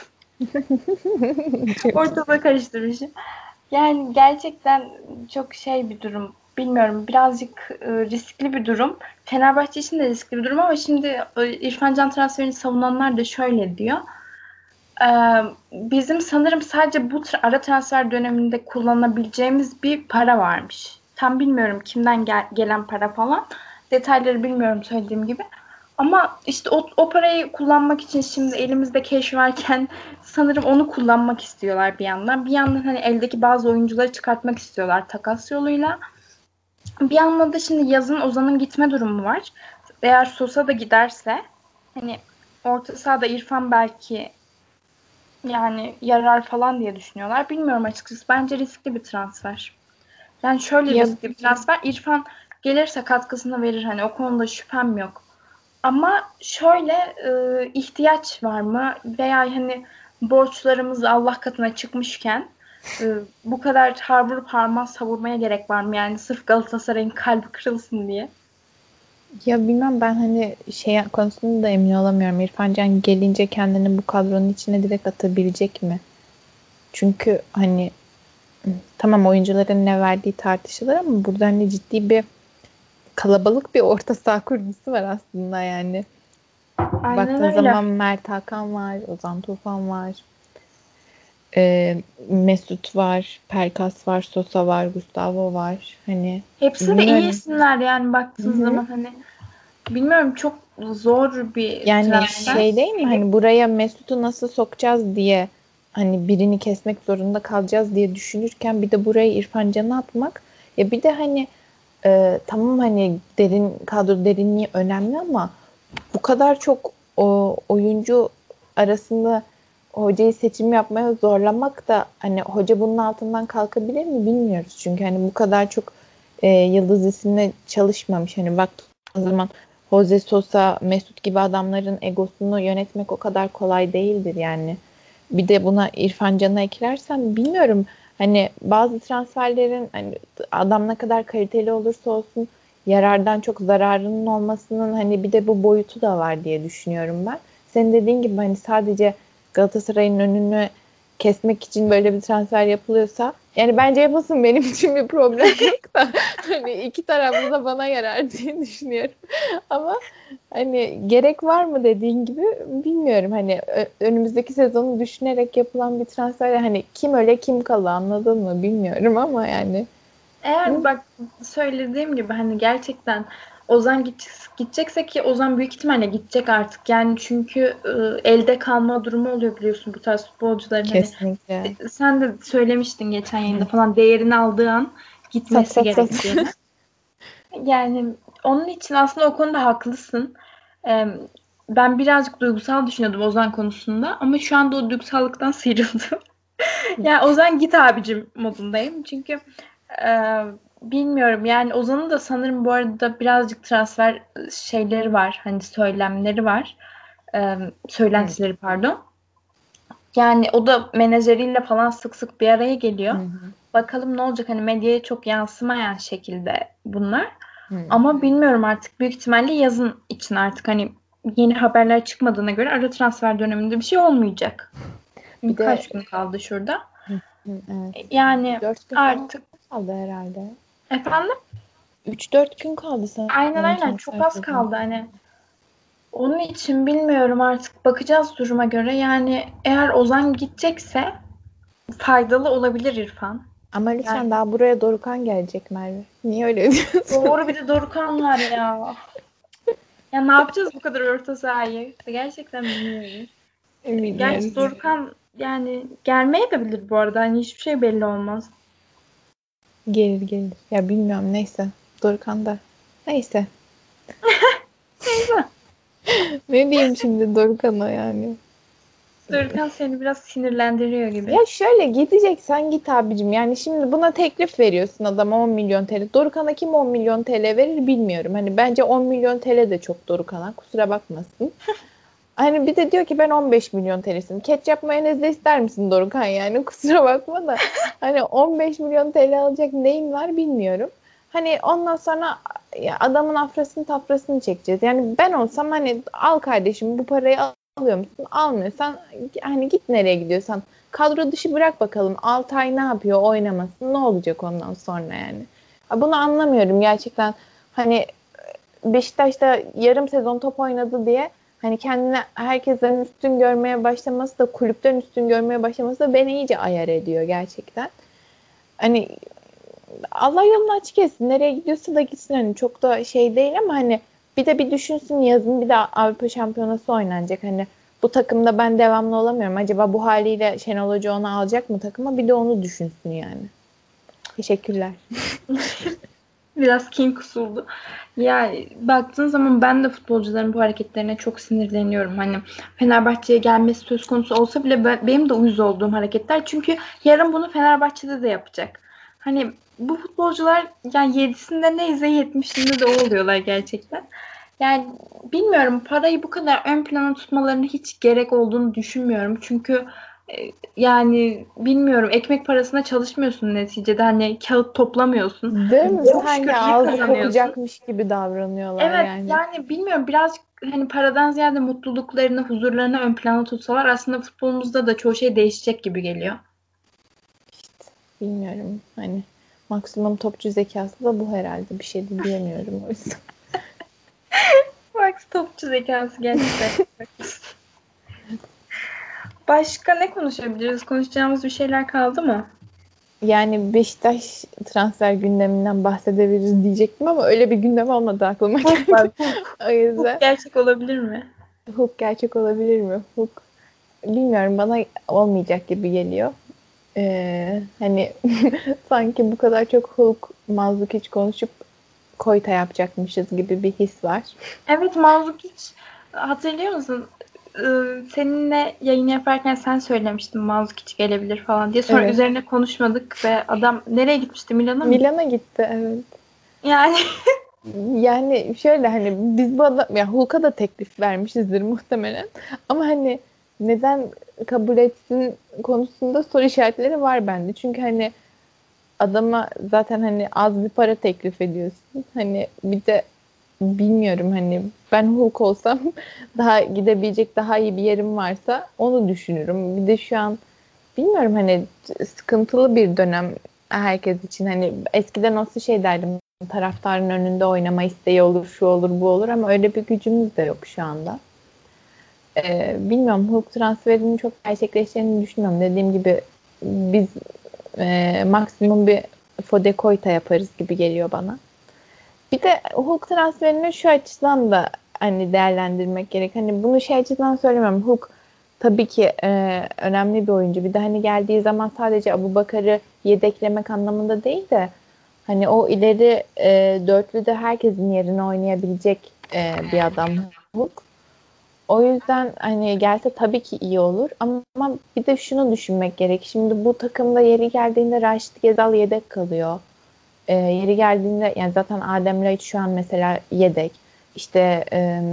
Çok iyi. Ortalığı karıştırmışım. Yani gerçekten çok şey bir durum. Bilmiyorum birazcık riskli bir durum. Fenerbahçe için de riskli bir durum ama şimdi İrfan Can transferini savunanlar da şöyle diyor. E, Bizim sanırım sadece bu ara transfer döneminde kullanabileceğimiz bir para varmış. Tam bilmiyorum kimden gelen para falan. Detayları bilmiyorum söylediğim gibi. Ama işte o parayı kullanmak için şimdi elimizde cash varken sanırım onu kullanmak istiyorlar bir yandan. Bir yandan hani eldeki bazı oyuncuları çıkartmak istiyorlar takas yoluyla. Bir yandan da şimdi yazın Ozan'ın gitme durumu var. Eğer Sosa da giderse hani orta sahada İrfan belki yani yarar falan diye düşünüyorlar. Bilmiyorum açıkçası. Bence riskli bir transfer. Yani şöyle Ya riskli bir transfer. İrfan gelirse katkısını verir. Hani o konuda şüphem yok. Ama şöyle ihtiyaç var mı? Veya hani borçlarımız Allah katına çıkmışken bu kadar harburup harman savurmaya gerek var mı? Yani sırf Galatasaray'ın kalbi kırılsın diye. Ya bilmem, ben hani şey konusunda da emin olamıyorum. İrfan Can gelince kendini bu kadronun içine direkt atabilecek mi? Çünkü hani tamam, oyuncuların ne verdiği tartışılır ama burada hani ciddi bir kalabalık bir orta saha kurgusu var aslında yani. Aynen Baktığın öyle. zaman Mert Hakan var, Ozan Tufan var, Mesut var, Pelkas var, Sosa var, Gustavo var. Hani Hepsi de iyi bilmiyorum. isimler yani Hı baktığın hı. zaman hani bilmiyorum, çok zor bir Yani transfer. şey değil mi, hani buraya Mesut'u nasıl sokacağız diye, hani birini kesmek zorunda kalacağız diye düşünürken bir de buraya İrfan Can'ı atmak, ya bir de hani tamam, hani kadro derinliği önemli ama bu kadar çok oyuncu arasında hocayı seçim yapmaya zorlamak da, hani hoca bunun altından kalkabilir mi bilmiyoruz. Çünkü hani bu kadar çok yıldız isimle çalışmamış. Hani baktığımız zaman Jose Sosa, Mesut gibi adamların egosunu yönetmek o kadar kolay değildir yani. Bir de buna İrfan Can'ı eklersen bilmiyorum. Hani bazı transferlerin, hani adam ne kadar kaliteli olursa olsun, yarardan çok zararının olmasının hani bir de bu boyutu da var diye düşünüyorum ben. Senin dediğin gibi hani sadece Galatasaray'ın önünü kesmek için böyle bir transfer yapılıyorsa, yani bence yapılsın, benim için bir problem yok da hani iki taraflı da bana yarar diye düşünüyorum. Ama hani gerek var mı dediğin gibi bilmiyorum. Hani önümüzdeki sezonu düşünerek yapılan bir transfer, hani kim öyle kim kalı, anladın mı bilmiyorum ama yani. Eğer Hı? bak söylediğim gibi hani gerçekten Ozan gidecekse, ki Ozan büyük ihtimalle gidecek artık. Yani çünkü elde kalma durumu oluyor biliyorsun bu tarz futbolcuların, hani Kesinlikle. sen de söylemiştin geçen yayında falan, değerini aldığı an Sat gitmesi sat sat. gerektiğini. Yani onun için aslında o konuda haklısın. E, Ben birazcık duygusal düşünüyordum Ozan konusunda ama şu anda o duygusallıktan sıyrıldım. Yani Ozan git abicim modundayım. Çünkü e, bilmiyorum yani Ozan'ın da sanırım bu arada birazcık transfer şeyleri var. Hani söylemleri var. Hı Söylentileri pardon. Yani o da menajeriyle falan sık sık bir araya geliyor. hı. Bakalım ne olacak, hani medyaya çok yansımayan şekilde bunlar. Hı. Ama bilmiyorum, artık büyük ihtimalle yazın için artık hani yeni haberler çıkmadığına göre ara transfer döneminde bir şey olmayacak. Bir de Kaç gün kaldı şurada. evet. Yani 4 gün falan artık kaldı herhalde. efendim 3-4 gün kaldı aynen sanırım aynen çok transfer az sezonu. kaldı hani. Onun için bilmiyorum, artık bakacağız duruma göre. Yani eğer Ozan gidecekse faydalı olabilir İrfan. Ama Yani lütfen, daha buraya Dorukhan gelecek Merve. Niye öyle diyorsun? doğru, bir de Dorukhan var ya. Ya ne yapacağız bu kadar orta sahayı? Gerçekten bilmiyorum. Gerçi Bilmiyoruz. Dorukhan yani gelmeye de bilir bu arada. Hani hiçbir şey belli olmaz. Gelir gelir. Ya bilmiyorum, neyse. Dorukhan da. Neyse. Neyse. Ne diyeyim şimdi Dorukhan'a yani. Dorukhan seni biraz sinirlendiriyor gibi. Ya şöyle, gideceksen git abicim. Yani şimdi buna teklif veriyorsun adama 10 milyon TL. Dorukhan'a kim 10 milyon TL verir bilmiyorum. Hani bence 10 milyon TL de çok Dorukhan'a. Kusura bakmasın. Hani bir de diyor ki ben 15 milyon TL'sim. Ketçap mayonez de ister misin Dorukhan yani? Kusura bakma da. Hani 15 milyon TL alacak neyim var bilmiyorum. Hani ondan sonra ya adamın afrasını tafrasını çekeceğiz. Yani ben olsam hani al kardeşim, bu parayı alıyor musun? Almıyorsan hani git nereye gidiyorsan. Kadro dışı bırak bakalım. Altay ne yapıyor oynamasın? Ne olacak ondan sonra yani? Bunu anlamıyorum gerçekten. Hani Beşiktaş'ta yarım sezon top oynadı diye hani kendine herkesten üstün görmeye başlaması da, kulüpten üstün görmeye başlaması da beni iyice ayar ediyor gerçekten. Hani Allah yolunu açık etsin. Nereye gidiyorsa da gitsin. Hani çok da şey değil ama hani bir de bir düşünsün, yazın bir de Avrupa Şampiyonası oynanacak. Hani bu takımda ben devamlı olamıyorum. Acaba bu haliyle Şenol Hoca onu alacak mı takıma? Bir de onu düşünsün yani. Teşekkürler. Biraz kin kusuldu. Ya baktığın zaman ben de futbolcuların bu hareketlerine çok sinirleniyorum. Hani Fenerbahçe'ye gelmesi söz konusu olsa bile benim de uyuz olduğum hareketler. Çünkü yarın bunu Fenerbahçe'de de yapacak. Hani bu futbolcular yani 7'sinde neyse 70'inde de o oluyorlar gerçekten. Yani bilmiyorum, parayı bu kadar ön plana tutmalarına hiç gerek olduğunu düşünmüyorum. Çünkü yani bilmiyorum, ekmek parasına çalışmıyorsun neticede. Hani kağıt toplamıyorsun. Değil mi? Çok şükür Sanki iyi ağzı kazanıyorsun. kokacakmış gibi davranıyorlar Evet, yani. yani bilmiyorum, birazcık hani paradan ziyade mutluluklarını, huzurlarını ön plana tutsalar aslında futbolumuzda da çoğu şey değişecek gibi geliyor. Bilmiyorum. Hani maksimum topçu zekası da bu herhalde. Bir şey de diyemiyorum o yüzden. Bak, topçu zekası gerçekten. Başka ne konuşabiliriz? Konuşacağımız bir şeyler kaldı mı? Yani Beşiktaş transfer gündeminden bahsedebiliriz diyecektim ama öyle bir gündem olmadı aklıma Hulk geldi. var. Hulk. O Hulk yüzden gerçek olabilir mi? Hulk gerçek olabilir mi? Hulk bilmiyorum, bana olmayacak gibi geliyor. Hani sanki bu kadar çok Hulk Mandzukic konuşup Koyta yapacakmışız gibi bir his var. Evet, Manzukic, hatırlıyor musun? Seninle yayın yaparken sen söylemiştin Manzukic gelebilir falan diye. Sonra Evet. üzerine konuşmadık ve adam nereye gitmişti? Milan'a mı gitti? Milan'a gitti, evet. Yani Yani şöyle, hani biz bu adam ya Hulk'a da teklif vermişizdir muhtemelen. Ama hani neden kabul etsin konusunda soru işaretleri var bende. Çünkü hani adama zaten hani az bir para teklif ediyorsun. Hani bir de bilmiyorum, hani ben Hulk olsam daha gidebilecek daha iyi bir yerim varsa onu düşünürüm. Bir de şu an bilmiyorum, hani sıkıntılı bir dönem herkes için. Hani eskiden olsa şey derdim, taraftarın önünde oynama isteği olur, şu olur, bu olur, ama öyle bir gücümüz de yok şu anda. Bilmiyorum, Hulk transferinin çok gerçekleşeceğini düşünmüyorum. Dediğim gibi biz maksimum bir Fode Koyta yaparız gibi geliyor bana. Bir de Hulk transferini şu açıdan da hani değerlendirmek gerek. Hani bunu şey açıdan söylemiyorum. Hulk tabii ki önemli bir oyuncu. Bir de hani geldiği zaman sadece Abubakar'ı yedeklemek anlamında değil de hani o ileri dörtlüde herkesin yerine oynayabilecek bir adam Hulk. O yüzden hani gelse tabii ki iyi olur, ama bir de şunu düşünmek gerek. Şimdi bu takımda yeri geldiğinde Raşit Gezal yedek kalıyor. Yeri geldiğinde yani zaten Adem Laiç şu an mesela yedek. İşte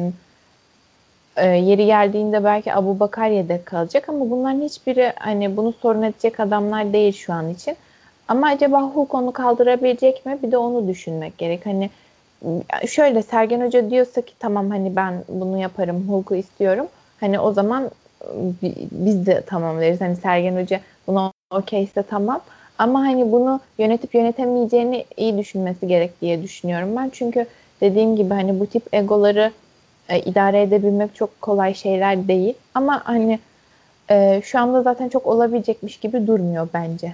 yeri geldiğinde belki Abubakar yedek kalacak, ama bunların hiçbiri hani bunu sorun edecek adamlar değil şu an için. Ama acaba Hulk onu kaldırabilecek mi? Bir de onu düşünmek gerek. Hani şöyle, Sergen Hoca diyorsa ki tamam, hani ben bunu yaparım, Hulk'u istiyorum. Hani o zaman biz de tamam deriz. Hani Sergen Hoca buna okeyse tamam. Ama hani bunu yönetip yönetemeyeceğini iyi düşünmesi gerek diye düşünüyorum ben. Çünkü dediğim gibi hani bu tip egoları idare edebilmek çok kolay şeyler değil. Ama hani şu anda zaten çok olabilecekmiş gibi durmuyor bence.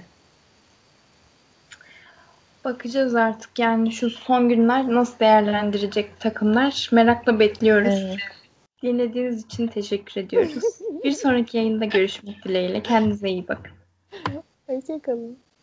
bakacağız artık, yani şu son günler nasıl değerlendirecek takımlar, merakla bekliyoruz. Evet. Dinlediğiniz için teşekkür ediyoruz. Bir sonraki yayında görüşmek dileğiyle. Kendinize iyi bakın. Hoşçakalın.